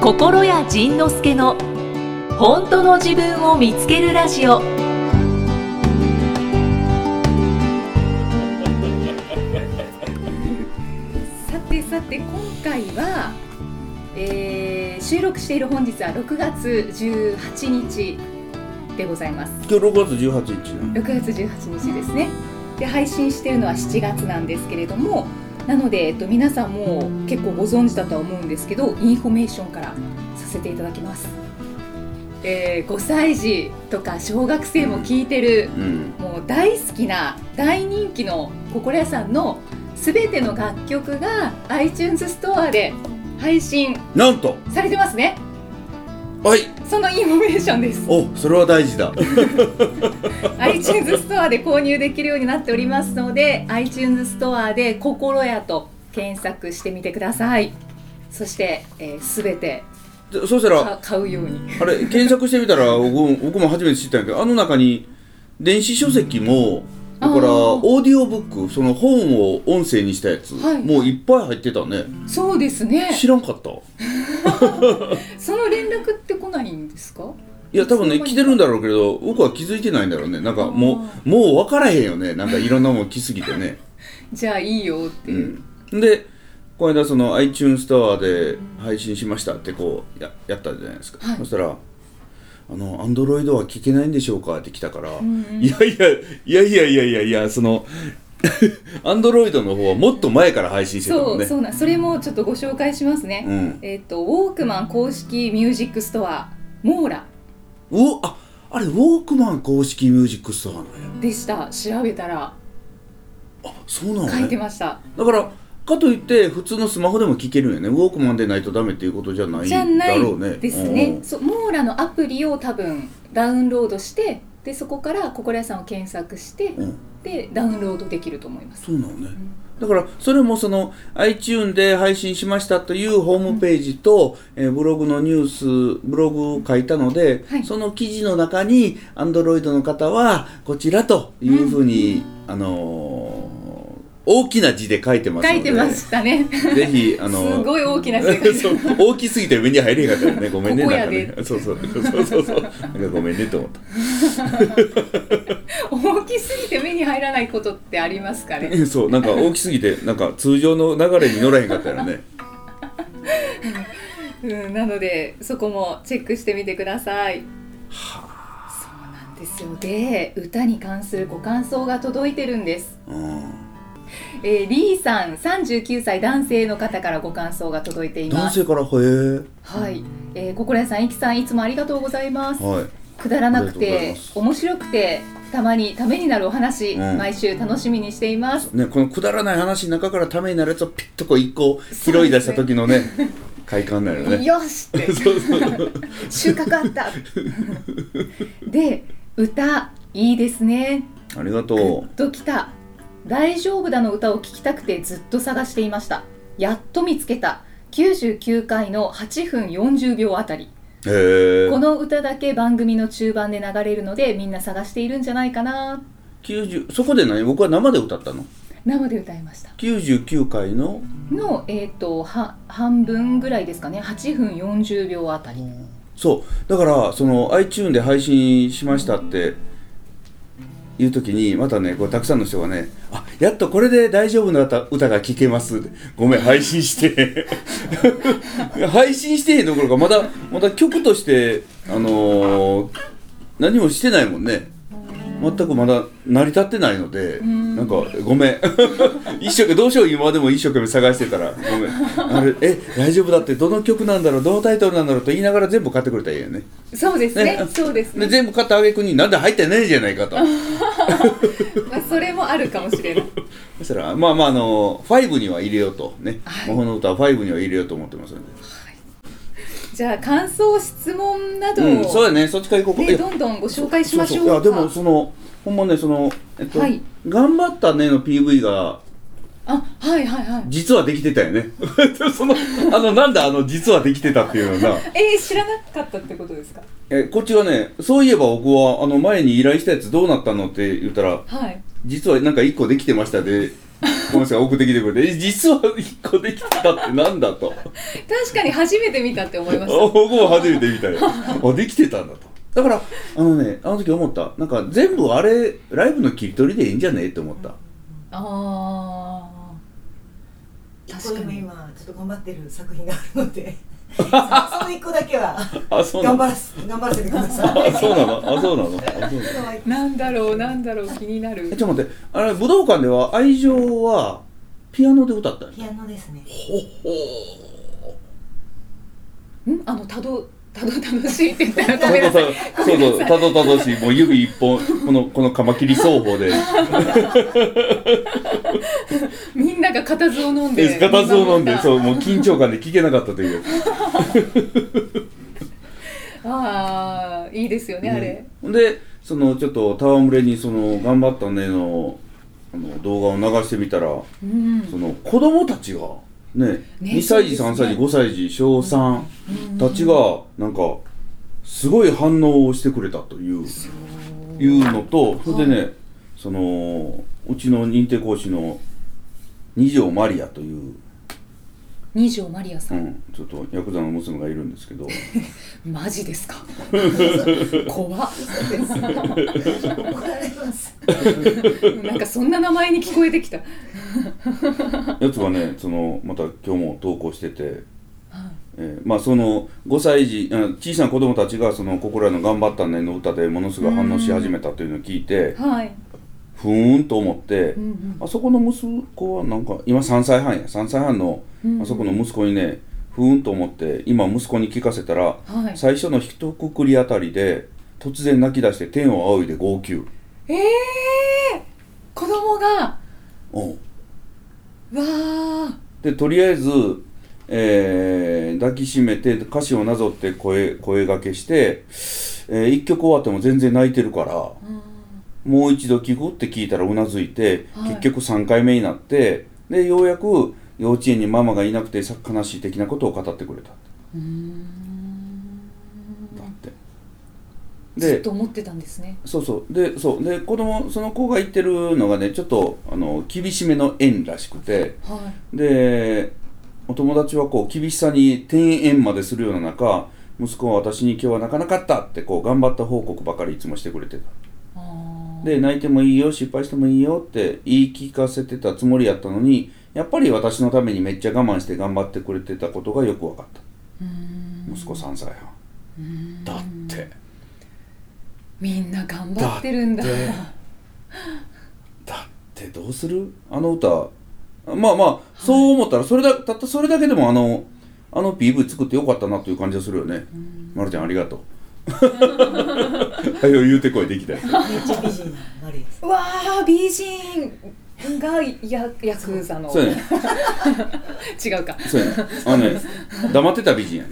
心谷仁之助の本当の自分を見つけるラジオ。 さて今回は、収録している本日は6月18日でございます。 今日6月18日な。 6月18日ですね。で配信しているのは7月なんですけれども、なので、皆さんも結構ご存知だとは思うんですけど、インフォメーションからさせていただきます。5歳児とか小学生も聴いてる、もう大好きな大人気の心屋さんのすべての楽曲が iTunes ストアで配信なんとされてますね。 はい、 そのインフォメーションです。 お、それは大事だ iTunes ストアで購入できるようになっておりますので、 iTunes ストアで心屋と検索してみてください。そして、すべてそしたら買うようにあれ検索してみたら僕も初めて知ったんやけど、あの中に電子書籍もだからオーディオブック、その本を音声にしたやつ、 はい、 もういっぱい入ってたね。 そうですね。 知らんかったその連絡って来ないんですか？ いや多分ね来てるんだろうけど、僕は気づいてないんだろうね。なんかもう分からへんよね。なんかいろんなもの来すぎてねじゃあいいよっていう、 でこの間その iTunes ストアで配信しましたってこう やったじゃないですか、そしたらAndroid は聞けないんでしょうかって来たから、いやそのAndroid の方はもっと前から配信してたもんね。 それもちょっとご紹介しますね、ウォークマン公式ミュージックストアモーラ、 あれウォークマン公式ミュージックストアなんやでした。調べたらそうなのね、 書いてました。 だからかといって普通のスマホでも聴けるんやね。ウォークマンでないとダメっていうことじゃないだろうね。 ですね。モーラのアプリを多分ダウンロードして、でそこから心屋さんを検索して、でダウンロードできると思います。 そうなのね、だからそれもその iTunes で配信しましたというホームページと、ブログのニュースブログを書いたので、その記事の中に Android の方はこちらというふうに、大きな字で書いてますので、 書いてましたね。 ぜひすごい大きな字で書いてます大きすぎて目に入れへんかったよね。ごめんね。 ここやでなんかね、そうなんかごめんねと思った大きすぎて目に入らないことってありますかね。 そう、なんか大きすぎてなんか通常の流れに乗らへんかったよねなのでそこもチェックしてみてください。そうなんですよ。で歌に関するご感想が届いてるんです。リーさん39歳男性の方からご感想が届いています。 男性からはい、心屋さん、いきさん、いつもありがとうございます、くだらなくて面白くてたまにためになるお話、毎週楽しみにしていますね。このくだらない話の中からためになるやつをピッとこう一個拾い出した時のね快感になるよね。 よしって収穫あったで歌いいですね。 ありがとう。 グッときた。大丈夫だの歌を聴きたくてずっと探していました。やっと見つけた。99回の8分40秒あたり。この歌だけ番組の中盤で流れるので、みんな探しているんじゃないかな。 そこで僕は生で歌ったの。 生で歌いました。 99回の半分ぐらいですかね。8分40秒あたり。 そうだからその iTunes で配信しましたっていう時にまたね、こうたくさんの人がね、やっとこれで大丈夫な歌が聴けます。ごめん、配信して配信してへんどころかまだ曲として何もしてないもんね。全くまだ成り立ってないので、なんかごめん一生懸命どうしよう、今でも一生懸命探してたらごめん、大丈夫だって、どの曲なんだろう、どのタイトルなんだろうと言いながら全部買ってくれたらいいよね。 そうですね、そうですね。 で全部買った挙句になんで入ってないじゃないかとそれもあるかもしれないそしたら5には入れようとね、魔法の歌は5には入れようと思ってますので、 じゃあ感想質問などを、 そうだね、そっちから行こうか、 どんどんご紹介しましょうか。 でもほんまね頑張ったねの PV が実はできてたよねなんで実はできてたっていうのが知らなかったってことですか？ こっちはね、そういえば僕は前に依頼したやつどうなったのって言ったら、実はなんか1個できてましたでごめんなさい送ってきてくれて実は1個できてたってなんだと確かに初めて見たって思いました。 僕も初めて見たよあできてたんだと。だからあの時思った。なんか全部あれライブの切り取りでいいんじゃねえって思った。 あ確かに今ちょっと頑張ってる作品があるのでその1個だけは頑張らせてください。 そうなのなんだろう気になる。 ちょっと待って、あれ武道館では愛情はピアノで歌ったんピアノですね。 たどしいって言ったらごめんなさい。 そうたどたどしいもう指一本このカマキリ奏法でみんなが固唾を飲んでそうもう緊張感で聞けなかったというああいいですよね、あれでそのちょっと戯れにその頑張ったねの動画を流してみたら、その子供たちがね2歳児3歳児5歳児小3たちがなんかすごい反応をしてくれたというのと、それでねそのうちの認定講師の二条マリアという二条マリアさん、 ちょっとヤクザの娘がいるんですけどマジですか怖っ怒られますなんかそんな名前に聞こえてきたやつがねまた今日も投稿してて、まあその5歳児小さな子供たちがそのここらの頑張ったねの歌でものすごい反応し始めたというのを聞いて、ふーんと思って、あそこの息子はなんか今3歳半のあそこの息子にねふーんと思って今息子に聞かせたら、最初の一括りあたりで突然泣き出して天を仰いで号泣。 子供がわでとりあえず、抱きしめて歌詞をなぞって声掛けして、一曲終わっても全然泣いてるから、もう一度聞くって聞いたらうなずいて、結局3回目になってでようやく幼稚園にママがいなくて悲しい的なことを語ってくれた。だってずっと思ってたんですね。 で子供その子が言ってるのがねちょっと厳しめの縁らしくて、でお友達はこう厳しさに転園までするような中、息子は私に今日は泣かなかったってこう頑張った報告ばかりいつもしてくれてた。で泣いてもいいよ失敗してもいいよって言い聞かせてたつもりやったのに、やっぱり私のためにめっちゃ我慢して頑張ってくれてたことがよく分かった。息子3歳半だってみんな頑張ってるんだ。 だってどうするあの歌。まあそう思ったらたったそれだけでもPV 作ってよかったなという感じがするよね。まるちゃんありがとうはよ言うてこいできたよ。 めっちゃ美人なマリです。 うわー美人がヤクザのそうやね違うかそうやね黙ってた美人やね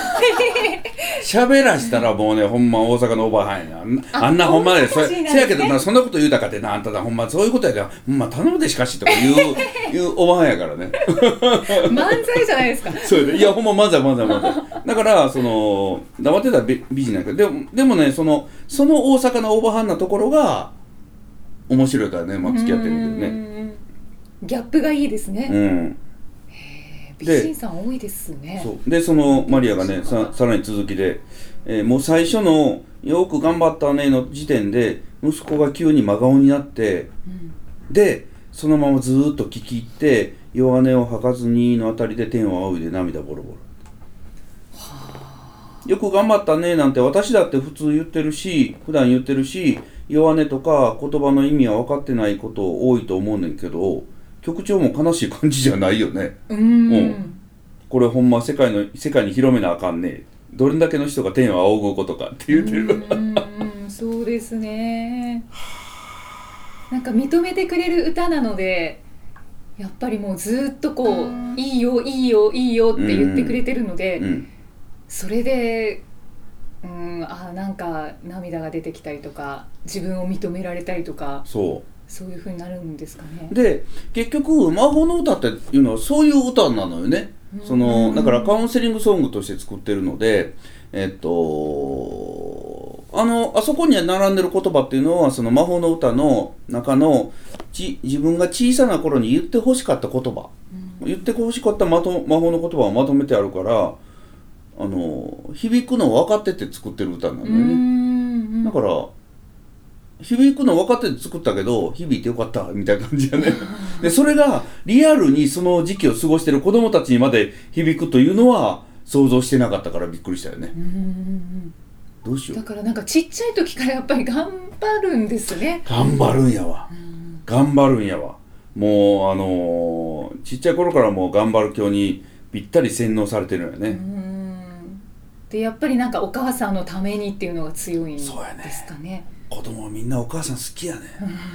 喋らしたらもうねほんま大阪のおばはんやねあんなほんまねせやけどなそんなこと言うたかってなあんただほんまそういうことやでほんま頼むでしかしとか言うおばはんやからね漫才じゃないですかそうやねいやほんま漫才だから黙ってた美人やけどでもねその大阪のおばはんなところが面白いからね、付き合ってるけどね。 ギャップがいいですね。美人さん多いですね。 そうでそのマリアがねさらに続きで、もう最初のよく頑張ったねの時点で息子が急に真顔になって、でそのままずーっと聞き入って弱音を吐かずにのあたりで天を仰いで涙ボロボロ。よく頑張ったねなんて私だって普段言ってるし弱音とか言葉の意味は分かってないこと多いと思うねんけど曲調も悲しい感じじゃないよね。これほんま世界に広めなあかんねどれだけの人が天を仰ぐことかって言ってるそうですねなんか認めてくれる歌なのでやっぱりもうずっとこういいよいいよいいよって言ってくれてるので、それでなんか涙が出てきたりとか自分を認められたりとかそういう風になるんですかね。 で結局魔法の歌っていうのはそういう歌なのよね。だからカウンセリングソングとして作ってるのであそこに並んでる言葉っていうのはその魔法の歌の中の自分が小さな頃に言ってほしかった言葉、言ってほしかった魔法の言葉をまとめてあるから、響くのを分かってて作ってる歌なんだよね。だから響くの分かってて作ったけど響いてよかったみたいな感じだねでそれがリアルにその時期を過ごしてる子供たちにまで響くというのは想像してなかったからびっくりしたよね。どうしよう。 だからなんかちっちゃい時からやっぱり頑張るんですね。 頑張るんやわ、頑張るんやわ。もうちっちゃい頃からもう頑張る教にぴったり洗脳されてるよね。 でやっぱりなんかお母さんのためにっていうのが強いんですかね。 子供みんなお母さん好きやね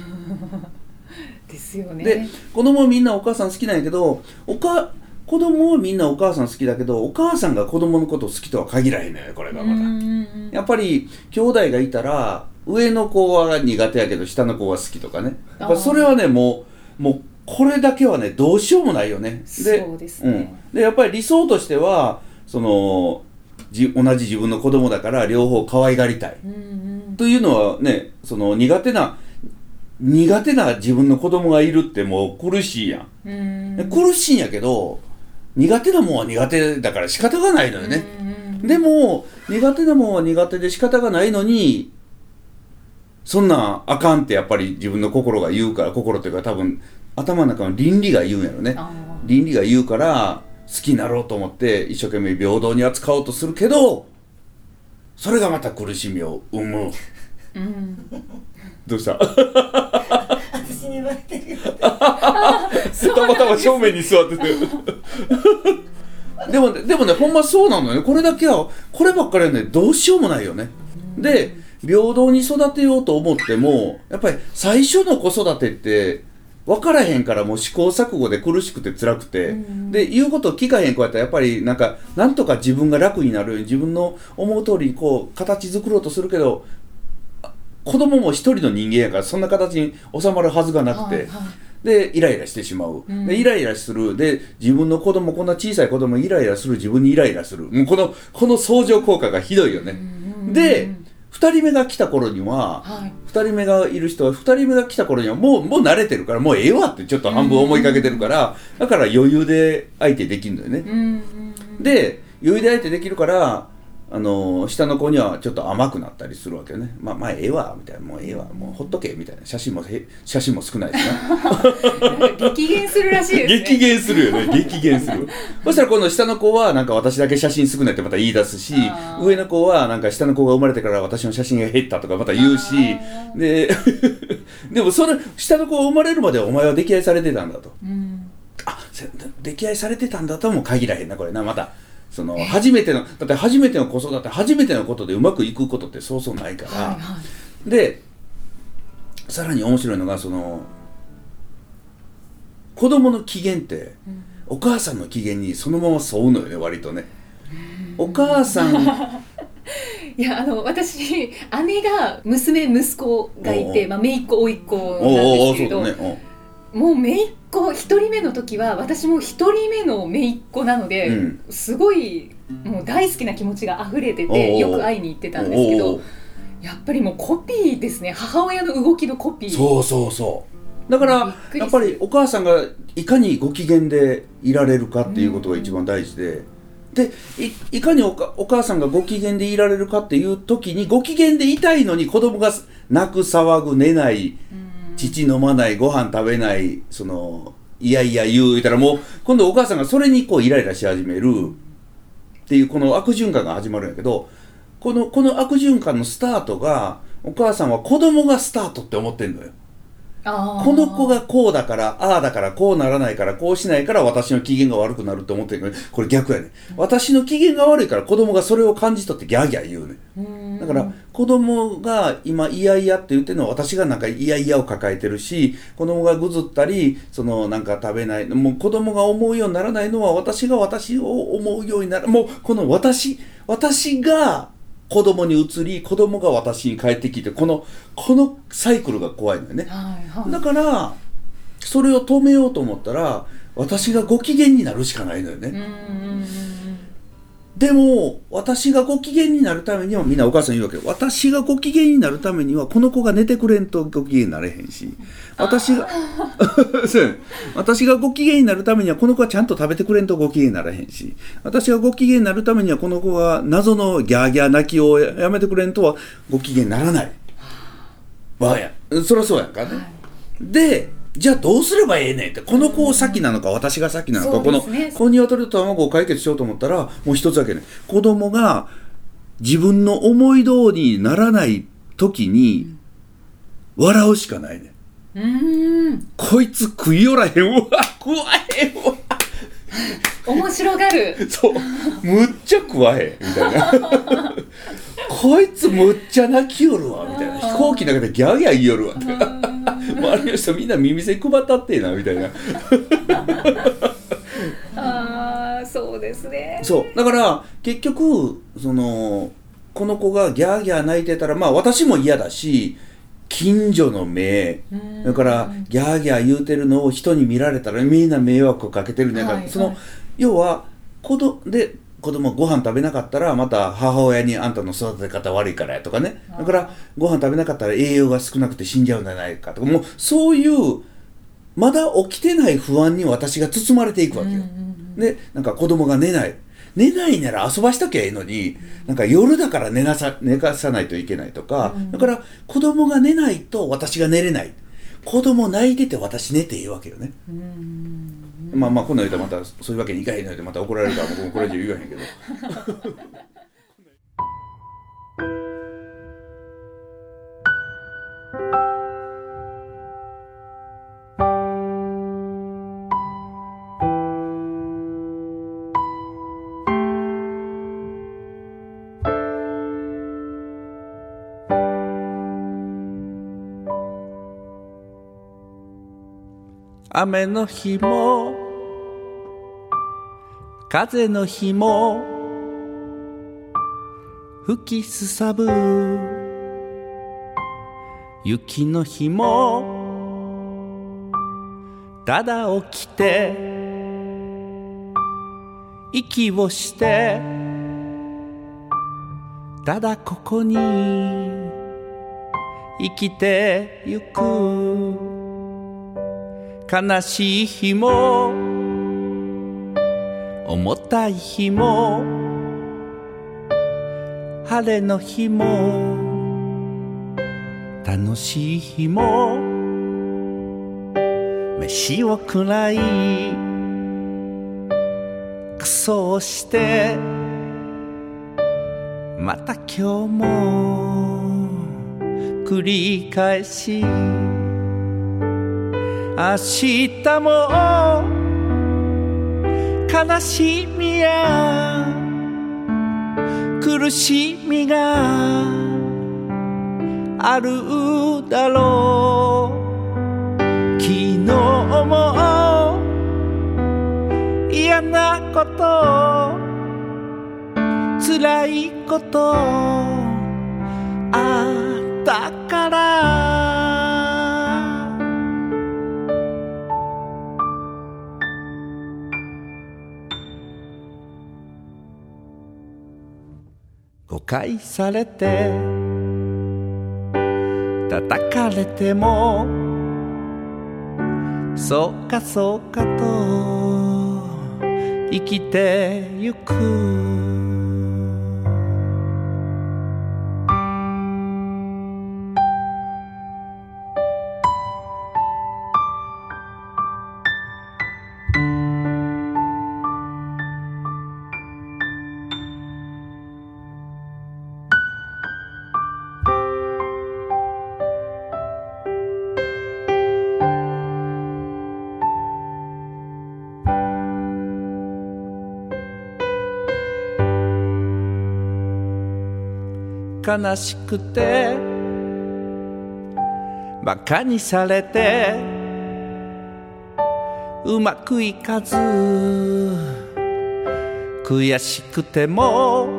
ですよね。 で子供みんなお母さん好きなんやけど子供はみんなお母さん好きだけどお母さんが子供のことを好きとは限らへんね。これがまたやっぱり兄弟がいたら上の子は苦手やけど下の子は好きとかね。やっぱそれはねもうこれだけはねどうしようもないよね。 そうですね、 でやっぱり理想としてはその同じ自分の子供だから両方可愛がりたい、というのはねその苦手な自分の子供がいるってもう苦しいやん、苦しいんやけど苦手なもんは苦手だから仕方がないのよね。でも苦手なもんは苦手で仕方がないのにそんなんあかんってやっぱり自分の心が言うから、心というか多分頭の中の倫理が言うんやろね。倫理が言うから好きになろうと思って一生懸命平等に扱おうとするけどそれがまた苦しみを生む、どうした私に言われてるよたまたま正面に座っててでもねほんまそうなのよ。こればっかりはねどうしようもないよね。で平等に育てようと思ってもやっぱり最初の子育てって分からへんからもう試行錯誤で苦しくて辛くて、で言うことを聞かへん子やったらやっぱりなんとか自分が楽になるように自分の思う通りにこう形作ろうとするけど子供も一人の人間やからそんな形に収まるはずがなくて、でイライラしてしまう、でイライラする、で自分の子供こんな小さい子供イライラする、自分にイライラする、もうこの相乗効果がひどいよね。で2人目が来た頃には、2人目がいる人は2人目が来た頃にはもう慣れてるからもうええわってちょっと半分思いかけてるから、だから余裕で相手できるのよね。で余裕で相手できるから下の子にはちょっと甘くなったりするわけよね。まあええわみたいな、もうええわもうほっとけみたいな、写真も少ないしな激減するらしいですね。 激減するよね。激減するそしたら今度下の子はなんか私だけ写真少ないってまた言い出すし、上の子はなんか下の子が生まれてから私の写真が減ったとかまた言うし、ででもその下の子が生まれるまではお前は溺愛されてたんだと、溺愛されてたんだとも限らへんなこれな。またその初めての子育て初めてのことでうまくいくことってそうそうないから、でさらに面白いのがその子供の機嫌って、お母さんの機嫌にそのまま沿うのよね割とね。お母さんいや私姉が息子がいて、姪っ子甥っ子なんですけれど、もう姪っ子1人目の時は私も1人目の姪っ子なので、すごいもう大好きな気持ちが溢れててよく会いに行ってたんですけど、やっぱりもうコピーですね。母親の動きのコピー。そうだからやっぱりお母さんがいかにご機嫌でいられるかっていうことが一番大事で、で いかにお母さんがご機嫌でいられるかっていう時にご機嫌でいたいのに子供が泣く騒ぐ寝ない、乳飲まないご飯食べない、そのいやいや言うたらもう今度お母さんがそれにこうイライラし始めるっていうこの悪循環が始まるんやけど、この悪循環のスタートがお母さんは子供がスタートって思ってんのよ。この子がこうだからああだからこうならないからこうしないから私の機嫌が悪くなるって思ってるけど、これ逆やね。私の機嫌が悪いから子供がそれを感じ取ってギャーギャー言うね。だから子供が今イヤイヤって言ってるのは私がなんかイヤイヤを抱えてるし、子供がぐずったりそのなんか食べない、もう子供が思うようにならないのは私が私を思うようになる、もうこの私が子供に移り子供が私に帰ってきてこのサイクルが怖いのよね。だからそれを止めようと思ったら私がご機嫌になるしかないのよね。 でも私がご機嫌になるためには、みんなお母さん言うわけよ。私がご機嫌になるためにはこの子が寝てくれんとご機嫌になれへんし、私が私がご機嫌になるためにはこの子がちゃんと食べてくれんとご機嫌にならへんし、私がご機嫌になるためにはこの子が謎のギャーギャー泣きをやめてくれんとはご機嫌にならないわや。そりゃそうやんかね、はい、でじゃあどうすればええねんって、この子を先なのか私が先なのか、この鶏と卵を解決しようと思ったらもう一つだけね、子供が自分の思い通りにならない時に笑うしかないね。こいつ食いよらへんわ、食わへんわ面白がる。そう、 むっちゃ食わへんみたいなこいつむっちゃ泣きよるわみたいな、飛行機の中でギャーギャー言いよるわみたいな周りの人みんな耳栓配ったってえなみたいなあ、そうですね。 そうだから結局この子がギャーギャー泣いてたら、まあ私も嫌だし、近所の目だからギャーギャー言うてるのを人に見られたらみんな迷惑をかけてるね、はいはい、要は子供ご飯食べなかったらまた母親にあんたの育て方悪いからやとかね、だからご飯食べなかったら栄養が少なくて死んじゃうんじゃないかとか、もうそういうまだ起きてない不安に私が包まれていくわけよ、でなんか子供が寝ないなら遊ばしときゃいいのに、なんか夜だから寝かさないといけないとか、だから子供が寝ないと私が寝れない、子供泣いてて私寝ていいわけよね。まあこんな言うとまたそういうわけにいかへんのでまた怒られるから僕もこれ以上言わへんけど雨の日も風の日も吹きすさぶ、雪の日もただ起きて息をしてただここに生きてゆく、悲しい日も重たい日も晴れの日も楽しい日も飯を食らいクソをしてまた今日も繰り返し、明日も悲しみや苦しみがあるだろう、昨日も嫌なこと辛いことあったから誤解されて叩かれてもそうかそうかと生きてゆく、悲しくてバカにされてうまくいかず悔しくても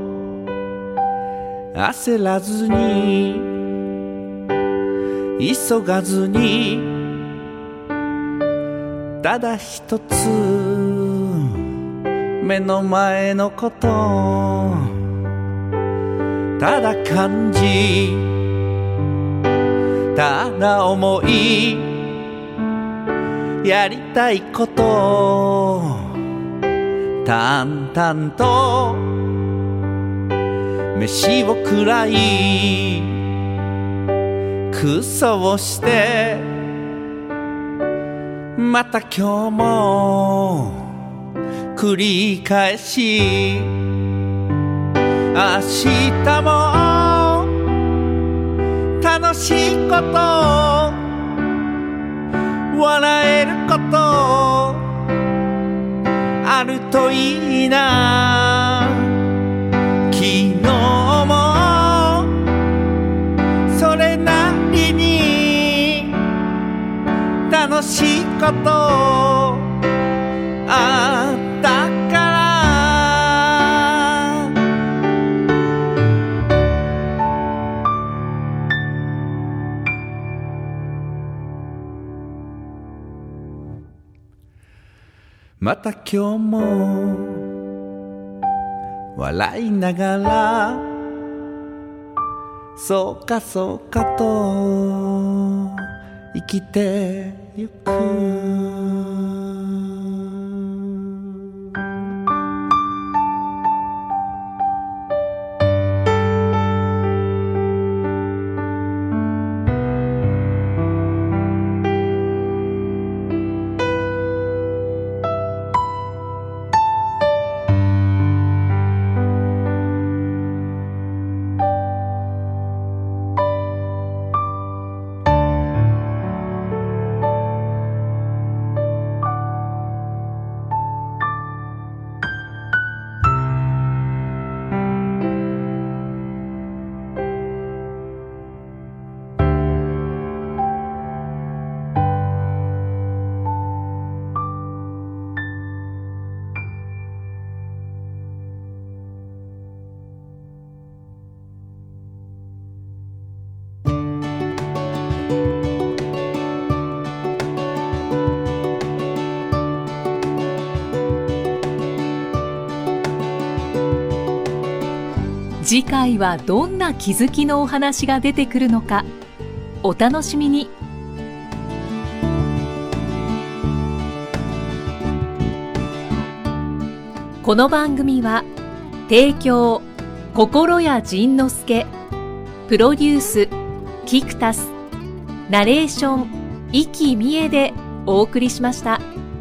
焦らずに急がずにただ一つ目の前のことただ感じただ思いやりたいこと淡々と飯を食らい空想してまた今日も繰り返し明日も楽しいこと笑えることあるといいな昨日もそれなりに楽しいことあったからまた今日も笑いながらそうかそうかと生きてゆく次回はどんな気づきのお話が出てくるのかお楽しみに。この番組は提供心谷仁之助、プロデュースキクタス、ナレーション生きみえでお送りしました。